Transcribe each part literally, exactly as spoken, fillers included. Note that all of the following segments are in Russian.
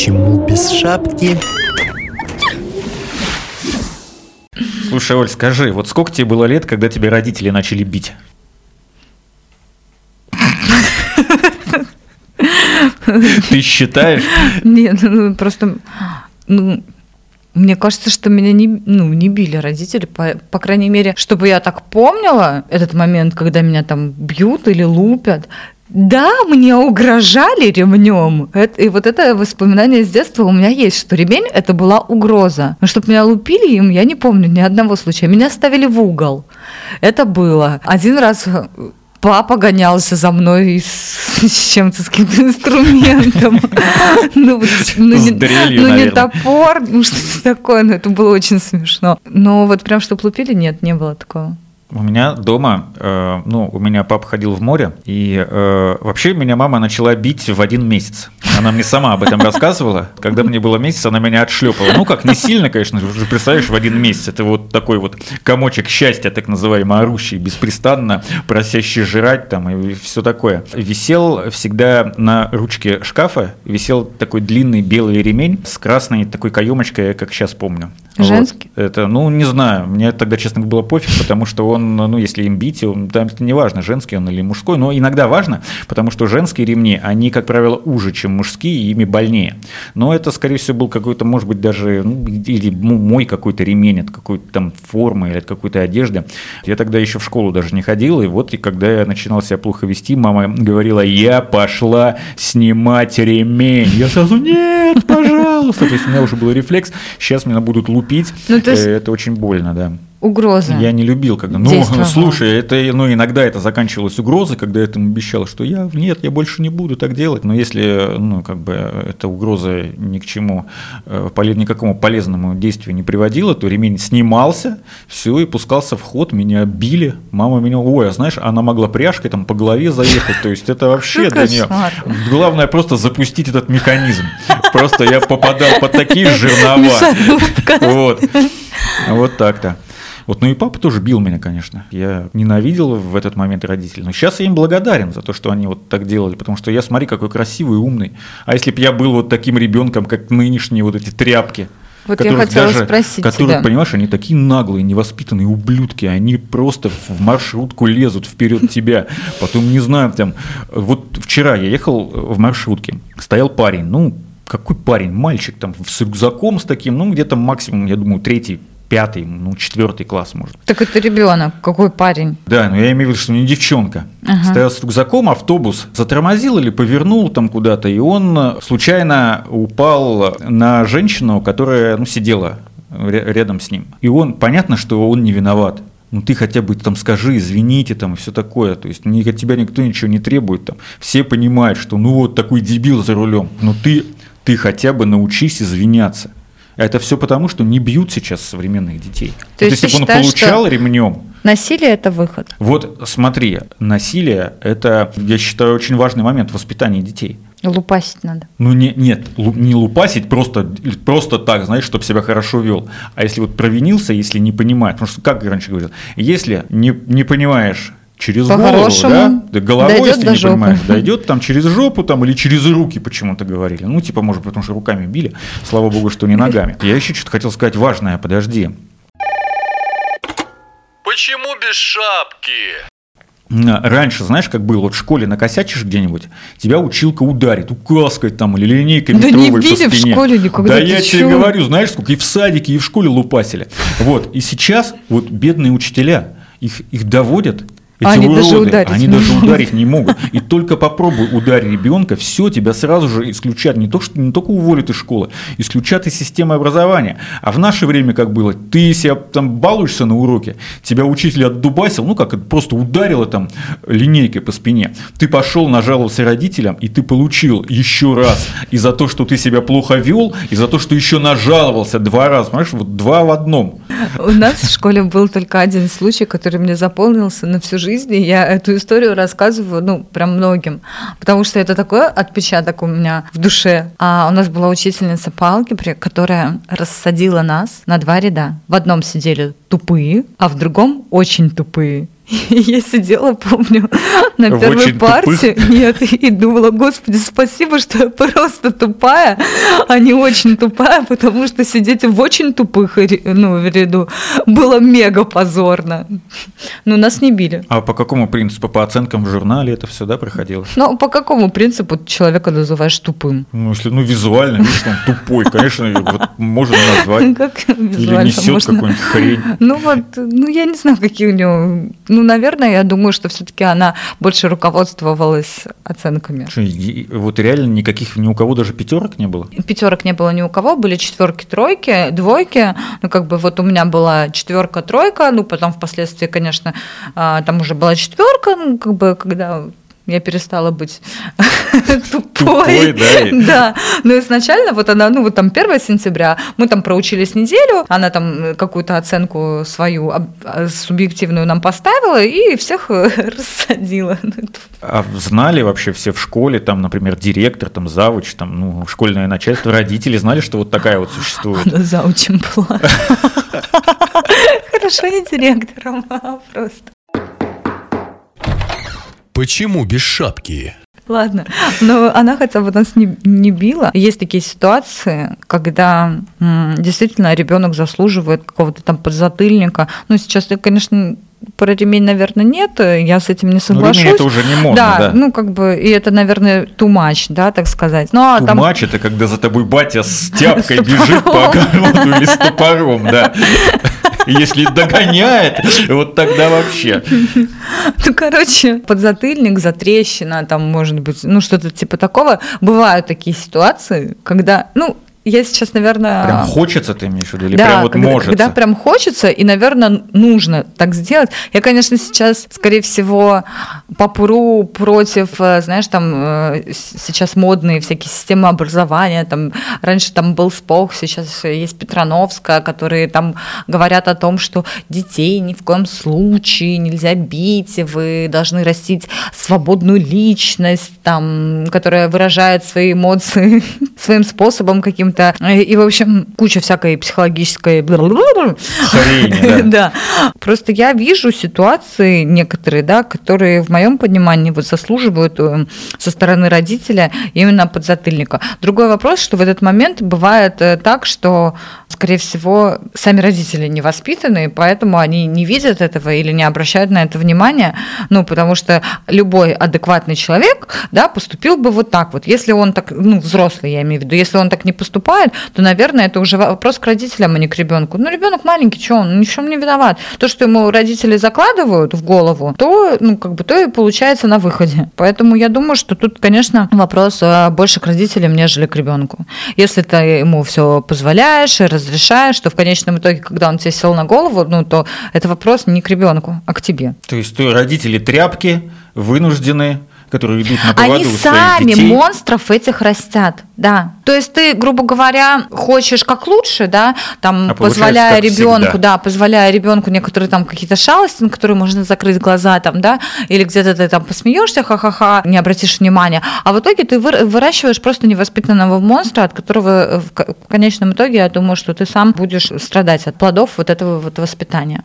Почему без шапки? Слушай, Оль, скажи, вот сколько тебе было лет, когда тебя родители начали бить? Ты считаешь? Нет, ну просто, ну, мне кажется, что меня не, ну, не били родители, по, по крайней мере, чтобы я так помнила этот момент, когда меня там бьют или лупят. Да, мне угрожали ремнем. Это, и вот это воспоминание с детства у меня есть, что ремень – это была угроза. Но чтобы меня лупили им, я не помню ни одного случая. Меня ставили в угол. Это было. Один раз папа гонялся за мной с, с чем-то, с каким-то инструментом. Ну, не топор, ну что-то такое. Но это было очень смешно. Но вот прям, чтобы лупили, нет, не было такого. У меня дома, э, ну, у меня папа ходил в море, и э, вообще меня мама начала бить в один месяц. Она мне сама об этом рассказывала. Когда мне было месяц, она меня отшлепала. Ну, как, не сильно, конечно, уже представляешь, в один месяц. Это вот такой вот комочек счастья, так называемый, орущий, беспрестанно, просящий жрать там и все такое. Висел всегда на ручке шкафа, висел такой длинный белый ремень с красной такой каемочкой, как сейчас помню. Женский? Вот. Это, ну, не знаю, мне тогда, честно, было пофиг, потому что он, ну, если им бить, он, там это не важно, женский он или мужской, но иногда важно, потому что женские ремни, они, как правило, уже, чем мужские, и ими больнее. Но это, скорее всего, был какой-то, может быть, даже, ну, или мой какой-то ремень от какой-то там формы или от какой-то одежды. Я тогда еще в школу даже не ходил, и вот, и когда я начинал себя плохо вести, мама говорила: я пошла снимать ремень. Я сразу: нет, пожалуйста. То есть у меня уже был рефлекс, сейчас меня будут лупить. Ну, есть... Это очень больно, да. Угроза. Я не любил, когда. Ну, слушай, это, ну, иногда это заканчивалось угрозой, когда я там обещал, что я нет, я больше не буду так делать. Но если, ну, как бы эта угроза ни к чему, никакому полезному действию не приводила, то ремень снимался, все, и пускался в ход, меня били. Мама меня, ой, а знаешь, она могла пряжкой там по голове заехать. То есть это вообще для нее. Главное просто запустить этот механизм. Просто я попадал под такие жернова. Вот. Вот так-то. Вот, ну и папа тоже бил меня, конечно. Я ненавидел в этот момент родителей. Но сейчас я им благодарен за то, что они вот так делали. Потому что я, смотри, какой красивый и умный. А если бы я был вот таким ребенком, как нынешние вот эти тряпки, вот я хотела даже, спросить которые, тебя. Понимаешь, они такие наглые, невоспитанные ублюдки. Они просто в маршрутку лезут вперед тебя. Потом, не знаю, там... Вот вчера я ехал в маршрутке. Стоял парень, ну... Какой парень, мальчик там с рюкзаком с таким, ну где-то максимум, я думаю, третий, пятый, ну четвертый класс, может. Так это ребенок, какой парень? Да, но я имею в виду, что не девчонка. Ага. Стоял с рюкзаком, автобус затормозил или повернул там куда-то, и он случайно упал на женщину, которая, ну, сидела рядом с ним. И он, понятно, что он не виноват. Ну ты хотя бы там скажи, извините там и все такое. То есть от тебя никто ничего не требует. Там. Все понимают, что ну вот такой дебил за рулем. Но ты... Ты хотя бы научись извиняться. Это все потому, что не бьют сейчас современных детей. То вот есть если бы он получал ремнем. Насилие – это выход. Вот смотри, насилие – это, я считаю, очень важный момент в воспитании детей. Лупасить надо. Ну не, нет, не лупасить просто, просто так, знаешь, чтобы себя хорошо вел. А если вот провинился, если не понимаешь, потому что, как раньше говорил, если не, не понимаешь, через голову, да? Да, головой, если не жопы. Понимаешь, дойдет там через жопу там, или через руки почему-то говорили. Ну, типа, может, потому что руками били, слава богу, что не ногами. Я еще что-то хотел сказать важное, подожди. Почему без шапки? Раньше, знаешь, как было, вот в школе накосячишь где-нибудь, тебя училка ударит, указкой там или линейкой метровой по спине. Да не били в школе никогда. Да я тебе говорю, знаешь, сколько и в садике, и в школе лупасили. Вот, и сейчас вот бедные учителя, их, их доводят. Эти они уроды, даже ударить они даже ударить не могут. И только попробуй ударить ребенка, все, тебя сразу же исключат. Не, то, что, не только уволят из школы, исключат из системы образования. А в наше время как было? Ты себя там балуешься на уроке, тебя учитель отдубасил, ну как, просто ударило там линейкой по спине. Ты пошел, нажаловался родителям, и ты получил еще раз. И за то, что ты себя плохо вел, и за то, что еще нажаловался два раза. Понимаешь, вот два в одном. У нас в школе был только один случай, который мне запомнился на всю жизнь. жизни, я эту историю рассказываю, ну, прям многим, потому что это такой отпечаток у меня в душе. А у нас была учительница по алгебре, которая рассадила нас на два ряда. В одном сидели тупые, а в другом очень тупые. Я сидела, помню, на В первой очень партии, тупых? нет, и думала, господи, спасибо, что я просто тупая, а не очень тупая, потому что сидеть в очень тупых, ну, в ряду было мега позорно. Но нас не били. А по какому принципу? По оценкам в журнале это все, да, проходило? Ну, по какому принципу ты человека называешь тупым? Ну, если, ну, визуально, видишь, что он тупой, конечно, вот можно назвать. Как Или визуально несет можно? какую-нибудь хрень. Ну вот, ну я не знаю, какие у него. Ну, наверное, я думаю, что все-таки она больше руководствовалась оценками. Что, и- вот реально никаких ни у кого даже пятерок не было? Пятерок не было ни у кого, были четверки, тройки, двойки. Ну, как бы вот у меня была четверка, тройка, ну, потом впоследствии, конечно, а, там уже была четверка, ну, как бы, когда я перестала быть Тупой, тупой. да, и- Да. Но изначально вот она, ну вот там первого сентября, мы там проучились неделю, она там какую-то оценку свою об- а, субъективную нам поставила и всех рассадила. Ну, это А знали вообще все в школе, там, например, директор, там, завуч, там, ну, школьное начальство, родители знали, что вот такая вот существует? Она заучим была. Хорошо, не директором, а просто. Почему без шапки? Ладно, но она хотя бы нас не, не била. Есть такие ситуации, когда м, действительно ребенок заслуживает какого-то там подзатыльника. Ну, сейчас, конечно, про ремень, наверное, нет, я с этим не Ну, соглашусь. ремень это уже не модно, да, да. ну, как бы, и это, наверное, too much, да, так сказать. Ну, а там... Тумач – это когда за тобой батя с тяпкой С бежит по топором. огороду или с топором, да. И если догоняет, вот тогда вообще. Ну, короче, подзатыльник, затрещина, там, может быть, ну, что-то типа такого. Бывают такие ситуации, когда, ну, я сейчас, наверное... Прям хочется, ты имеешь в виду, или да, прям вот когда, может? когда прям хочется, и, наверное, нужно так сделать. Я, конечно, сейчас, скорее всего, попру против, знаешь, там э, с- сейчас модные всякие системы образования, там раньше там был СПОХ, сейчас есть Петрановская, которые там говорят о том, что детей ни в коем случае нельзя бить, вы должны растить свободную личность, там, которая выражает свои эмоции своим способом каким-то. И, и, в общем, куча всякой психологической... Хрени, да. Да. Просто я вижу ситуации некоторые, да, которые в моем понимании вот заслуживают э, со стороны родителя именно подзатыльника. Другой вопрос, что в этот момент бывает э, так, что, скорее всего, сами родители не воспитаны, поэтому они не видят этого или не обращают на это внимания, ну, потому что любой адекватный человек, да, поступил бы вот так вот. Если он так, ну, взрослый, я имею в виду, если он так не поступает, то, наверное, это уже вопрос к родителям, а не к ребенку. Ну, ребенок маленький, что он, ни в чем не виноват. То, что ему родители закладывают в голову, то, ну, как бы, то и получается на выходе. Поэтому я думаю, что тут, конечно, вопрос а, больше к родителям, нежели к ребенку. Если ты ему все позволяешь и разрешаешь, то в конечном итоге, когда он тебе сел на голову, ну, то это вопрос не к ребенку, а к тебе. То есть то родители тряпки вынуждены, которые идут на поводу Они у своих сами детей. монстров этих растят, да. То есть ты, грубо говоря, хочешь как лучше, да, там, А получается, позволяя как ребенку, всегда. да, позволяя ребенку некоторые там какие-то шалости, на которые можно закрыть глаза, там, да, или где-то ты там посмеешься, ха-ха-ха, не обратишь внимания, а в итоге ты выр- выращиваешь просто невоспитанного монстра, от которого в ко- в конечном итоге, я думаю, что ты сам будешь страдать от плодов вот этого вот воспитания.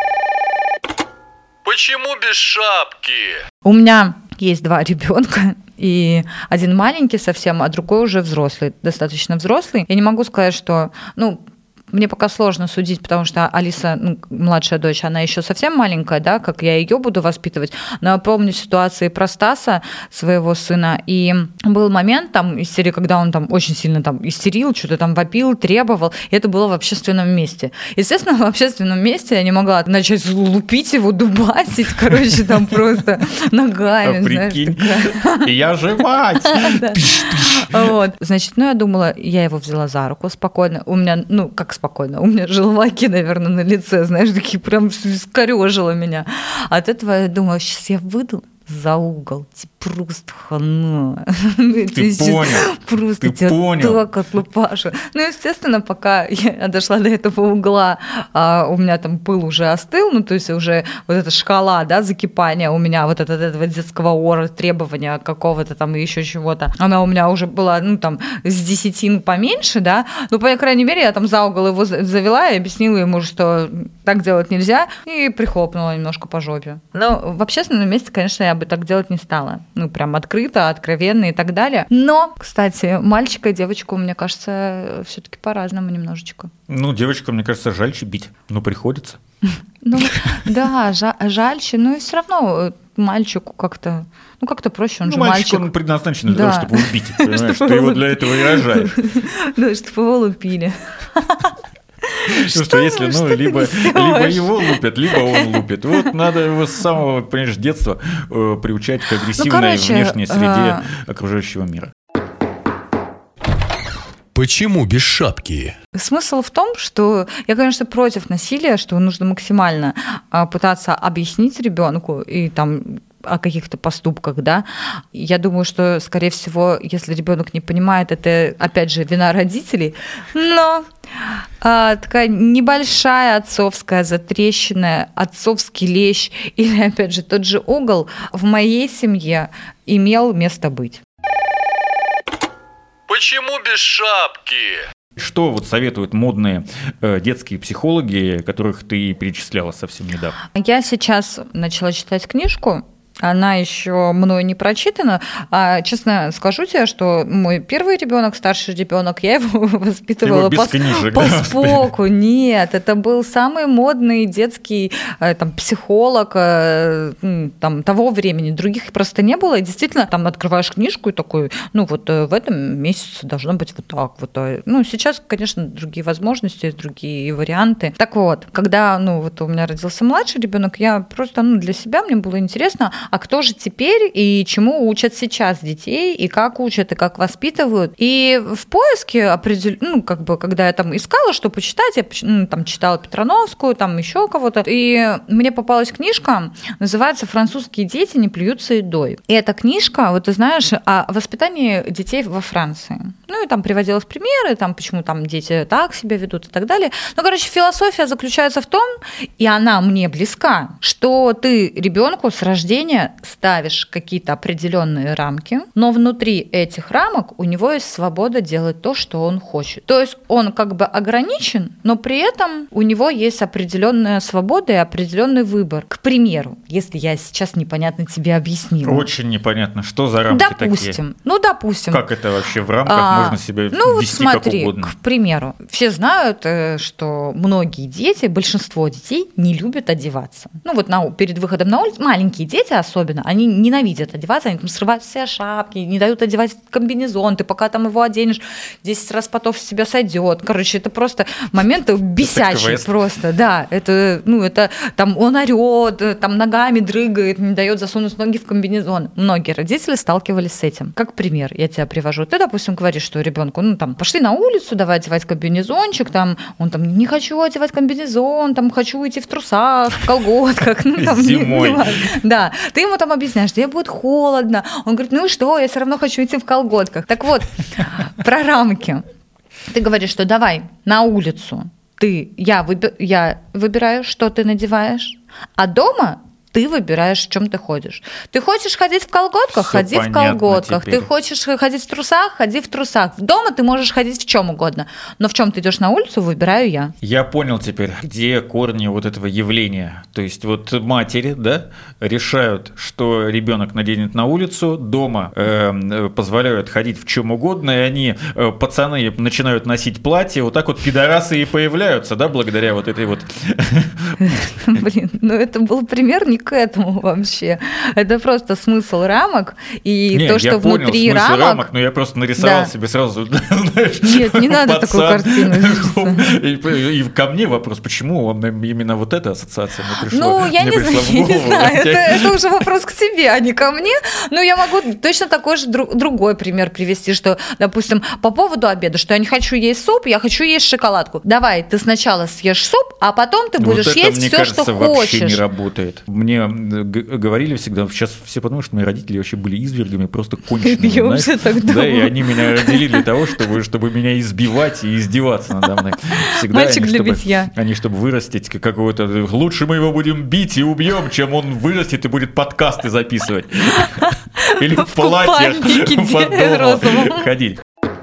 Почему без шапки? У меня есть два ребенка, и один маленький совсем, а другой уже взрослый, достаточно взрослый. Я не могу сказать, что, ну, мне пока сложно судить, потому что Алиса, ну, младшая дочь, она еще совсем маленькая, да, как я ее буду воспитывать. Но я помню ситуации про Стаса, своего сына, и был момент там из серии, когда он там очень сильно там истерил, что-то там вопил, требовал, и это было в общественном месте. Естественно, в общественном месте я не могла начать лупить его, дубасить, короче, там просто ногами, А знаешь, прикинь, такая. и я же мать. Да. Вот. Значит, ну я думала, я его взяла за руку спокойно. У меня, ну, как спокойно, у меня желваки, наверное, на лице, знаешь, такие прям скорежило меня. От этого я думала, сейчас я выйду за угол, типа, просто хана. Ты понял? Просто Ты тебя понял? так отлупашу. Ну, естественно, пока я дошла до этого угла, а у меня там пыл уже остыл, ну, то есть уже вот эта шкала, да, закипания у меня, вот от этого детского ора, требования какого-то там еще чего-то, она у меня уже была, ну, там, с десятин поменьше, да, ну, по крайней мере, я там за угол его завела и объяснила ему, что так делать нельзя, и прихлопнула немножко по жопе. Но в общественном месте, конечно, я бы так делать не стала. Ну, прям открыто, откровенно и так далее. Но, кстати, мальчика и девочку, мне кажется, все-таки по-разному немножечко. Ну, девочка, мне кажется, жальче бить, но приходится. Ну, да, жальче, но и все равно мальчику как-то, ну, как-то проще, он ну, же мальчик. мальчик. Он предназначен для да. того, чтобы убить, понимаешь, ты его для этого и рожаешь. Да, чтобы его лупили. Что, что если, ну, либо, либо его лупят, либо он лупит. Вот надо его с самого, понимаешь, детства э, приучать к агрессивной ну, короче, внешней среде а... окружающего мира. Почему без шапки? Смысл в том, что я, конечно, против насилия, что нужно максимально а, пытаться объяснить ребенку и там о каких-то поступках, да. Я думаю, что, скорее всего, если ребенок не понимает, это, опять же, вина родителей, но а, такая небольшая отцовская затрещина, отцовский лещ или, опять же, тот же угол в моей семье имел место быть. Почему без шапки? Что вот советуют модные э, детские психологи, которых ты перечисляла совсем недавно? Я сейчас начала читать книжку. Она еще мной не прочитана. А, честно скажу тебе, что мой первый ребенок, старший ребенок, я его воспитывала его по, книжек, по да, споку. Нет, это был самый модный детский там, психолог там, того времени. Других просто не было. И действительно, там открываешь книжку и такой, ну вот в этом месяце должно быть вот так вот. Ну, сейчас, конечно, другие возможности, другие варианты. Так вот, когда ну, вот у меня родился младший ребенок, я просто ну, для себя, мне было интересно, а кто же теперь и чему учат сейчас детей, и как учат, и как воспитывают. И в поиске, определ... ну, как бы, когда я там искала, что почитать, я ну, там, читала Петрановскую, там еще кого-то, и мне попалась книжка, называется «Французские дети не плюются едой». И эта книжка, вот ты знаешь, о воспитании детей во Франции. Ну, и там приводились примеры, там, почему там дети так себя ведут и так далее. Ну, короче, философия заключается в том, и она мне близка, что ты ребенку с рождения ставишь какие-то определенные рамки, но внутри этих рамок у него есть свобода делать то, что он хочет. То есть он как бы ограничен, но при этом у него есть определенная свобода и определенный выбор. К примеру, если я сейчас непонятно тебе объяснила. Очень непонятно, что за рамки допустим, такие? Допустим, ну допустим. Как это вообще в рамках а, можно себя ну, вести вот смотри, как угодно? К примеру, все знают, что многие дети, большинство детей не любят одеваться. Ну вот на, перед выходом на улицу, маленькие дети особенно, они ненавидят одеваться, они там срывают все шапки, не дают одевать комбинезон, ты пока там его оденешь, десять раз потом с тебя сойдет. Короче, это просто момент бесячий просто, да, это, ну, это там он орет, там ногами дрыгает, не дает засунуть ноги в комбинезон. Многие родители сталкивались с этим. Как пример, я тебя привожу. Ты, допустим, говоришь, что ребенку, ну, там, пошли на улицу, давай одевать комбинезончик, там, он там, не хочу одевать комбинезон, там, хочу идти в трусах, в колготках, ну, там, зимой. Да, ты ему там объясняешь, тебе будет холодно. Он говорит, ну и что, я все равно хочу идти в колготках. Так вот, про рамки. Ты говоришь, что давай на улицу. Ты, я, выби- я выбираю, что ты надеваешь, а дома ты выбираешь, в чем ты ходишь. Ты хочешь ходить в колготках, Всё ходи в колготках. Теперь. Ты хочешь ходить в трусах, ходи в трусах. Дома ты можешь ходить в чем угодно. Но в чем ты идешь на улицу, выбираю я. Я понял теперь, где корни вот этого явления. То есть вот матери, да, решают, что ребенок наденет на улицу, дома э, позволяют ходить в чем угодно, и они, э, пацаны, начинают носить платье, вот так вот пидорасы и появляются, да, благодаря вот этой вот... Блин, ну это был пример не к этому вообще. Это просто смысл рамок и не, то, что я внутри понял рамок... рамок, но я просто нарисовал да. себе сразу, знаешь, нет, не надо пацан. Такую картину. И, и ко мне вопрос, почему вам именно вот эта ассоциация мне пришла? Ну, я мне не знаю, я не знаю. Это, это уже вопрос к тебе, а не ко мне. Но я могу точно такой же друг, другой пример привести, что, допустим, по поводу обеда, что я не хочу есть суп, я хочу есть шоколадку. Давай, ты сначала съешь суп, а потом ты будешь вот это, есть мне все, кажется, что вообще хочешь. Не работает. Мне мне г- говорили всегда, сейчас все подумают, что мои родители вообще были извергами, просто кончеными. Я уже так думала. Да, и они меня родили для того, чтобы, чтобы меня избивать и издеваться надо мной. Всегда Мальчик они, для чтобы, битья. Они, чтобы вырастить какого-то... Лучше мы его будем бить и убьем, чем он вырастет и будет подкасты записывать. Или в платьях под домом ходить.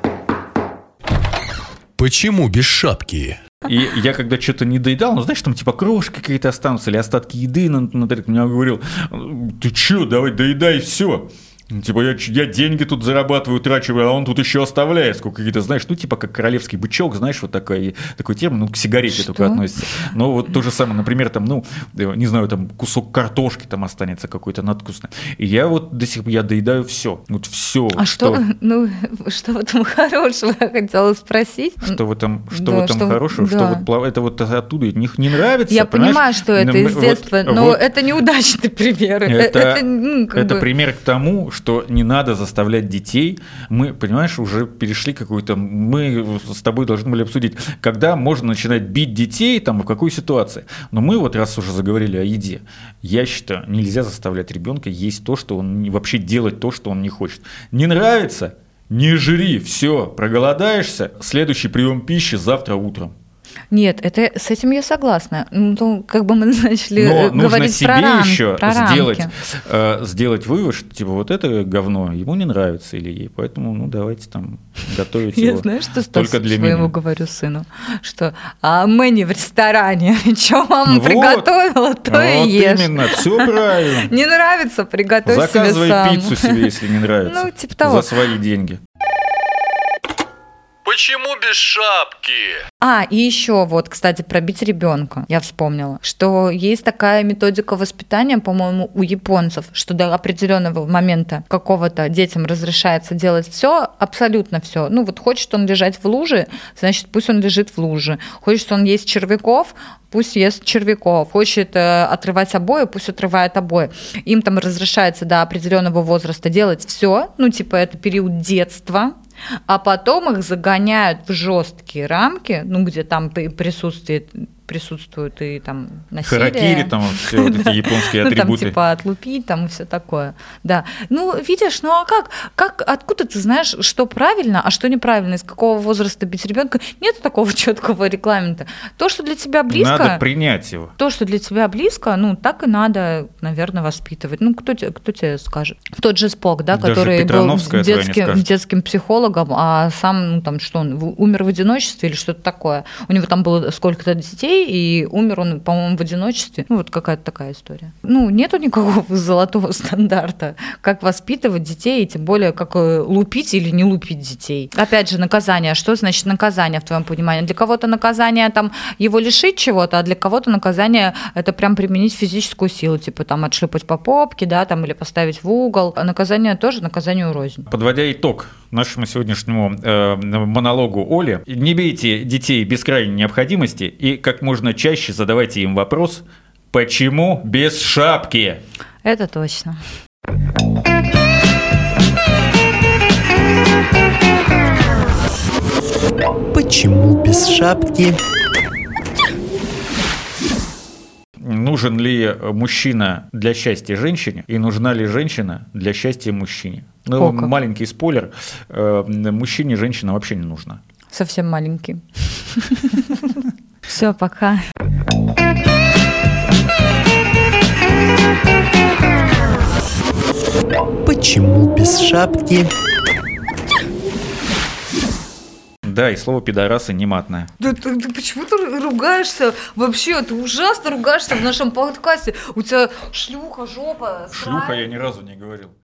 Почему без шапки? И я когда что-то не доедал, ну, знаешь, там типа крошки какие-то останутся или остатки еды на, на тарелке, меня говорил, ты чё, давай доедай все. Типа я, я деньги тут зарабатываю, трачу, а он тут еще оставляет, сколько какие-то, знаешь, ну типа как королевский бычок, знаешь, вот такой, такой термин, ну к сигарете Что? только относится. Но вот то же самое, например, там, ну, не знаю, там кусок картошки там останется какой-то надкусный. И я вот до сих пор, я доедаю все, вот все. А что, что, ну, что в этом хорошего, я хотела спросить. Что в этом, что да, в этом что, хорошего, да. что вот это вот оттуда, не, не нравится. Я понимаешь? понимаю, что это Мы, из детства, вот, но вот, это неудачный пример. Это, это, ну, как это бы... пример к тому, что не надо заставлять детей. Мы, понимаешь, уже перешли какую-то... Мы с тобой должны были обсудить, когда можно начинать бить детей, там, в какой ситуации. Но мы вот раз уже заговорили о еде, я считаю, нельзя заставлять ребенка есть то, что он... Вообще делать то, что он не хочет. Не нравится? Не жри, все, проголодаешься, следующий прием пищи завтра утром. Нет, это, с этим я согласна. Ну, как бы мы начали Но говорить нужно про себе рам... еще про сделать, рамки. э, сделать вывод, что типа вот это говно ему не нравится или ей, поэтому ну давайте там готовить Я его знаю, что только для своему меня. говорю сыну, что а мы не в ресторане, что мама Вот, приготовила, то вот и ешь. именно, все правильно. Не нравится, приготовь Заказывай себе сам. пиццу себе, если не нравится. Ну, типа того. За свои деньги. Почему без шапки? А, и еще вот, кстати, про бить ребенка. Я вспомнила, что есть такая методика воспитания, по-моему, у японцев, что до определенного момента какого-то детям разрешается делать все, абсолютно все. Ну вот хочет он лежать в луже, значит, пусть он лежит в луже. Хочет он есть червяков, пусть ест червяков. Хочет э, отрывать обои, пусть отрывает обои. Им там разрешается до определенного возраста делать все, ну типа это период детства. А потом их загоняют в жесткие рамки, ну, где там присутствует, присутствует и там насилие. Харакири, там все вот эти японские Ну, там атрибуты. типа отлупить, там и все такое. Да. Ну, видишь, ну а как? как? Откуда ты знаешь, что правильно, а что неправильно? Из какого возраста бить ребенка? Нет такого четкого регламента. То, что для тебя близко... Надо принять его. То, что для тебя близко, ну, так и надо, наверное, воспитывать. Ну, кто, те, кто тебе скажет? Тот же Спок, да, Даже который был Петрановская твоя не детским, скажет. детским психологом, а сам, ну, там, что он, умер в одиночестве или что-то такое. У него там было сколько-то детей, и умер он, по-моему, в одиночестве. Ну, вот какая-то такая история. Ну, нету никакого золотого стандарта, как воспитывать детей, и тем более, как лупить или не лупить детей. Опять же, наказание. Что значит наказание в твоем понимании? Для кого-то наказание, там, его лишить чего-то, а для кого-то наказание – это прям применить физическую силу, типа, там, отшлепать по попке, да, там, или поставить в угол. А наказание тоже наказанию рознь. Подводя итог нашему сегодняшнему э, монологу Оли, не бейте детей без крайней необходимости и как можно чаще задавайте им вопрос «Почему без шапки?». Это точно. Почему без шапки? Нужен ли мужчина для счастья женщине и нужна ли женщина для счастья мужчине? Ну, О, как. маленький спойлер, э, мужчине женщина вообще не нужна. Совсем маленький. Все, пока. Почему без шапки? Да, и слово «пидорасы» не матное. Да ты, ты почему ты ругаешься? Вообще, ты ужасно ругаешься в нашем подкасте. У тебя шлюха, жопа, Шлюха срань. я ни разу не говорил.